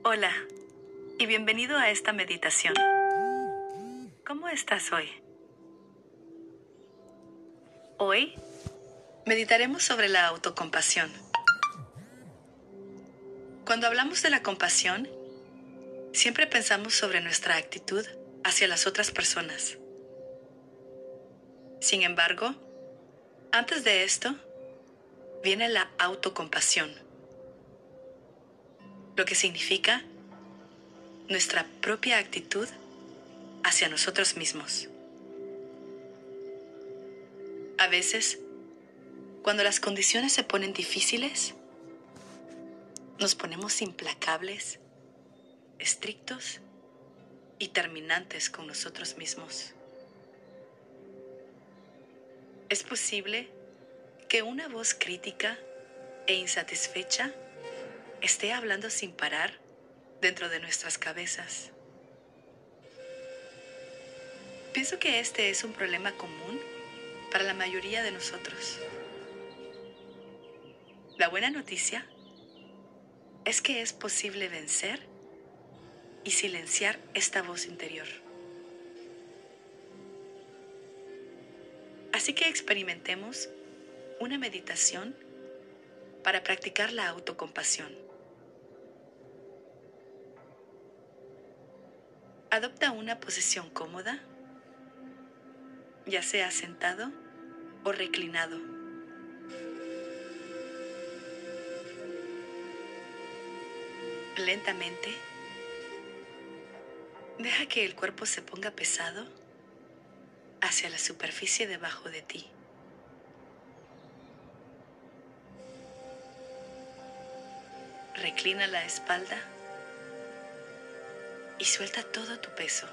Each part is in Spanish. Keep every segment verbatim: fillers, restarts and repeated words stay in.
Hola y bienvenido a esta meditación. ¿Cómo estás hoy? Hoy meditaremos sobre la autocompasión. Cuando hablamos de la compasión, siempre pensamos sobre nuestra actitud hacia las otras personas. Sin embargo, antes de esto, viene la autocompasión, lo que significa nuestra propia actitud hacia nosotros mismos. A veces, cuando las condiciones se ponen difíciles, nos ponemos implacables, estrictos y terminantes con nosotros mismos. Es posible que una voz crítica e insatisfecha esté hablando sin parar dentro de nuestras cabezas. Pienso que este es un problema común para la mayoría de nosotros. La buena noticia es que es posible vencer y silenciar esta voz interior. Así que experimentemos una meditación para practicar la autocompasión. Adopta una posición cómoda, ya sea sentado o reclinado. Lentamente, deja que el cuerpo se ponga pesado hacia la superficie debajo de ti. Reclina la espalda y suelta todo tu peso.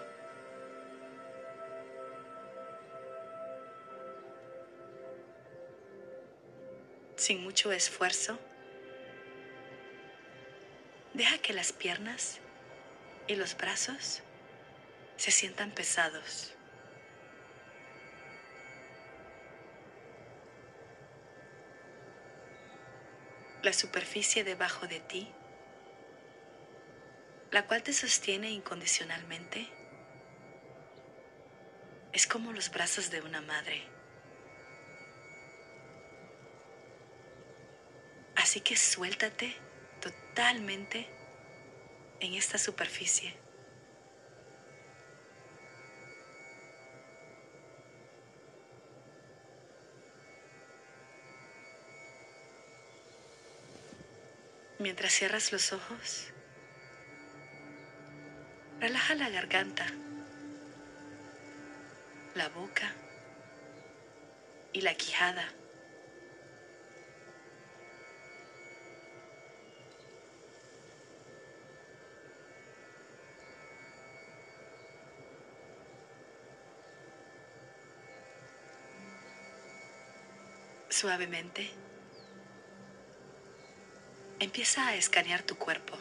Sin mucho esfuerzo, deja que las piernas y los brazos se sientan pesados. La superficie debajo de ti, la cual te sostiene incondicionalmente, es como los brazos de una madre. Así que suéltate totalmente en esta superficie. Mientras cierras los ojos, relaja la garganta, la boca y la quijada. Suavemente, empieza a escanear tu cuerpo.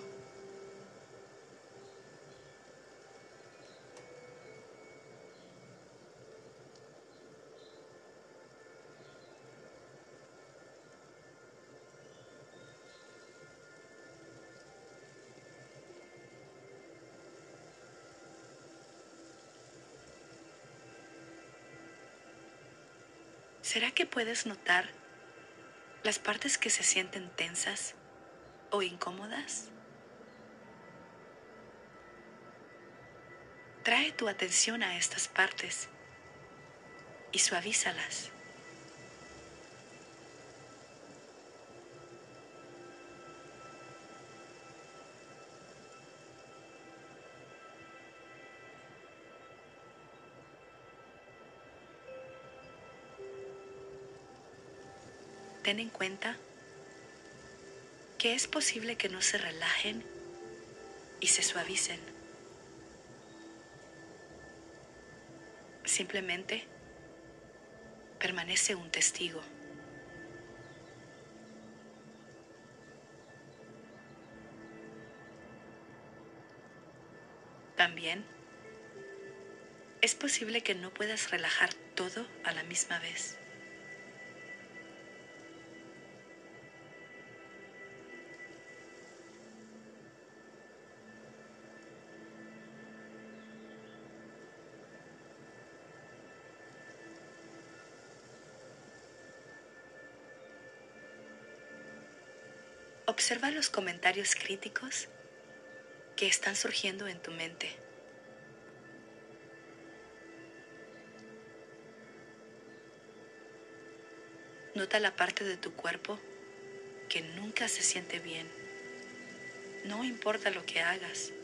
¿Será que puedes notar las partes que se sienten tensas o incómodas? Trae tu atención a estas partes y suavízalas. Ten en cuenta que es posible que no se relajen y se suavicen. Simplemente permanece un testigo. También es posible que no puedas relajar todo a la misma vez. Observa los comentarios críticos que están surgiendo en tu mente. Nota la parte de tu cuerpo que nunca se siente bien. No importa lo que hagas.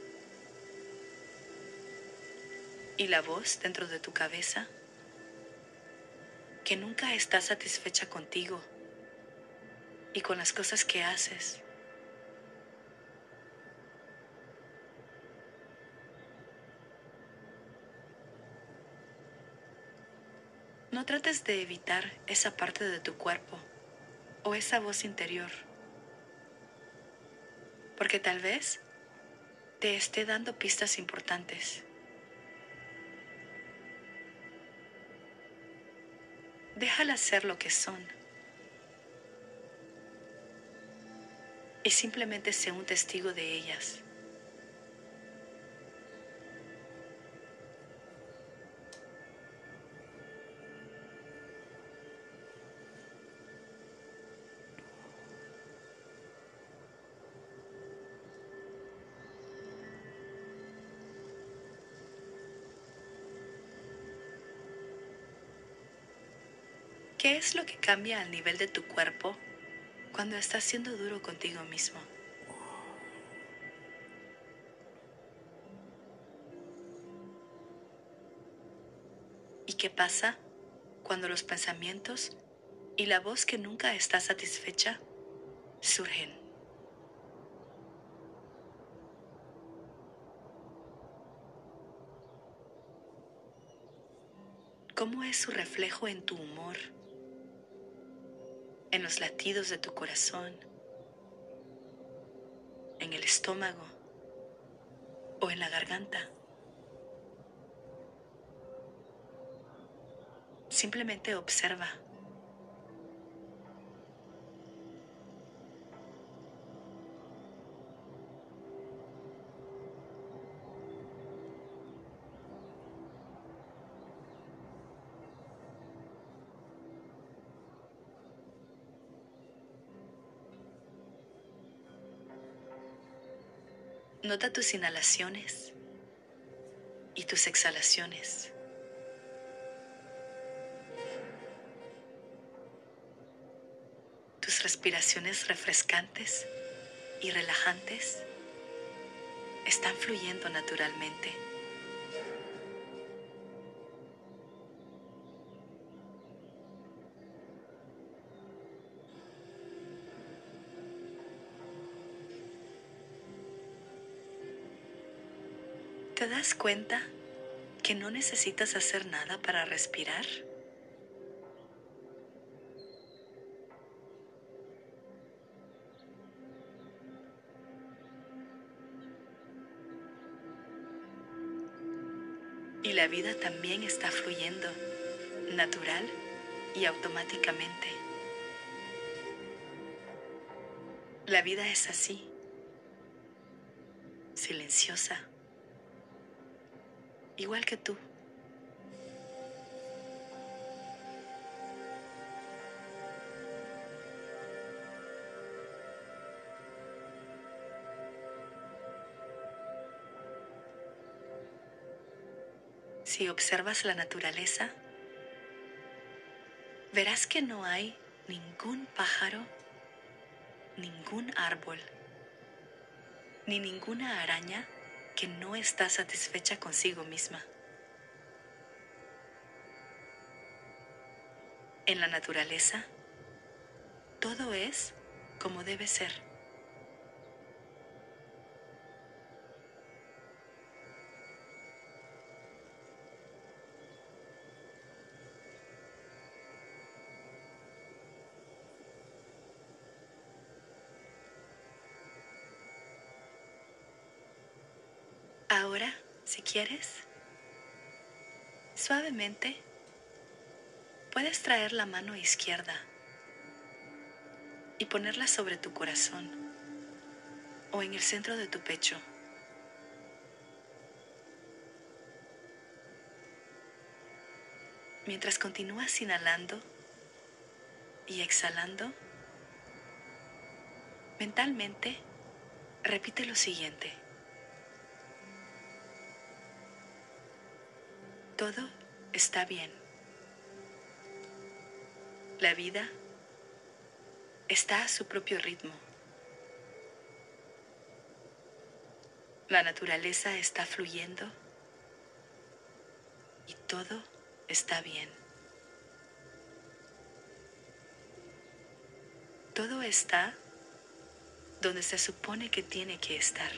Y la voz dentro de tu cabeza que nunca está satisfecha contigo y con las cosas que haces. No trates de evitar esa parte de tu cuerpo o esa voz interior, porque tal vez te esté dando pistas importantes. Déjalas ser lo que son y simplemente sé un testigo de ellas. ¿Qué es lo que cambia al nivel de tu cuerpo cuando estás siendo duro contigo mismo? ¿Y qué pasa cuando los pensamientos y la voz que nunca está satisfecha surgen? ¿Cómo es su reflejo en tu humor, en los latidos de tu corazón, en el estómago o en la garganta? Simplemente observa. Nota tus inhalaciones y tus exhalaciones. Tus respiraciones refrescantes y relajantes están fluyendo naturalmente. ¿Te das cuenta que no necesitas hacer nada para respirar? Y la vida también está fluyendo, natural y automáticamente. La vida es así, silenciosa, igual que tú. Si observas la naturaleza, verás que no hay ningún pájaro, ningún árbol, ni ninguna araña que no está satisfecha consigo misma. En la naturaleza, todo es como debe ser. Ahora, si quieres, suavemente, puedes traer la mano izquierda y ponerla sobre tu corazón o en el centro de tu pecho. Mientras continúas inhalando y exhalando, Mentalmente, repite lo siguiente. Todo está bien. La vida está a su propio ritmo. La naturaleza está fluyendo y todo está bien. Todo está donde se supone que tiene que estar.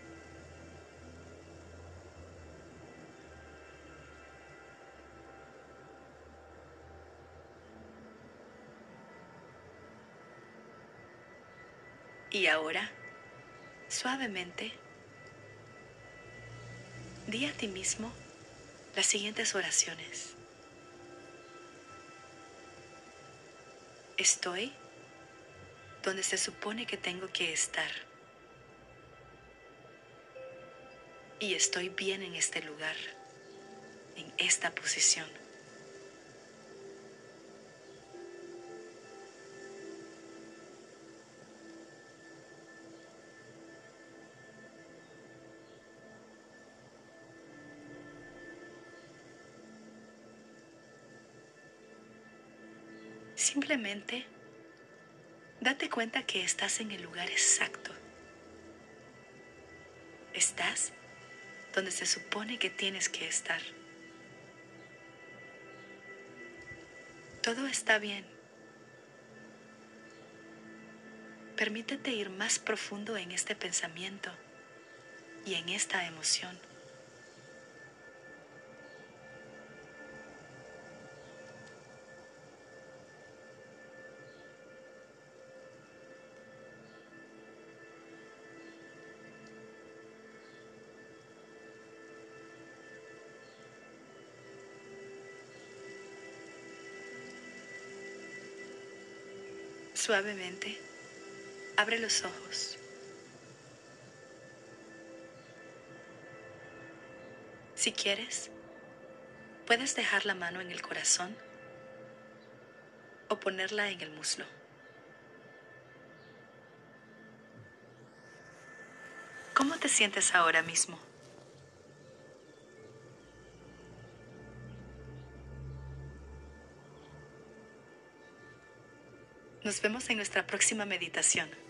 Y ahora, suavemente, di a ti mismo las siguientes oraciones. Estoy donde se supone que tengo que estar. Y estoy bien en este lugar, en esta posición. Simplemente, date cuenta que estás en el lugar exacto. Estás donde se supone que tienes que estar. Todo está bien. Permítete ir más profundo en este pensamiento y en esta emoción. Suavemente, abre los ojos. Si quieres, puedes dejar la mano en el corazón o ponerla en el muslo. ¿Cómo te sientes ahora mismo? Nos vemos en nuestra próxima meditación.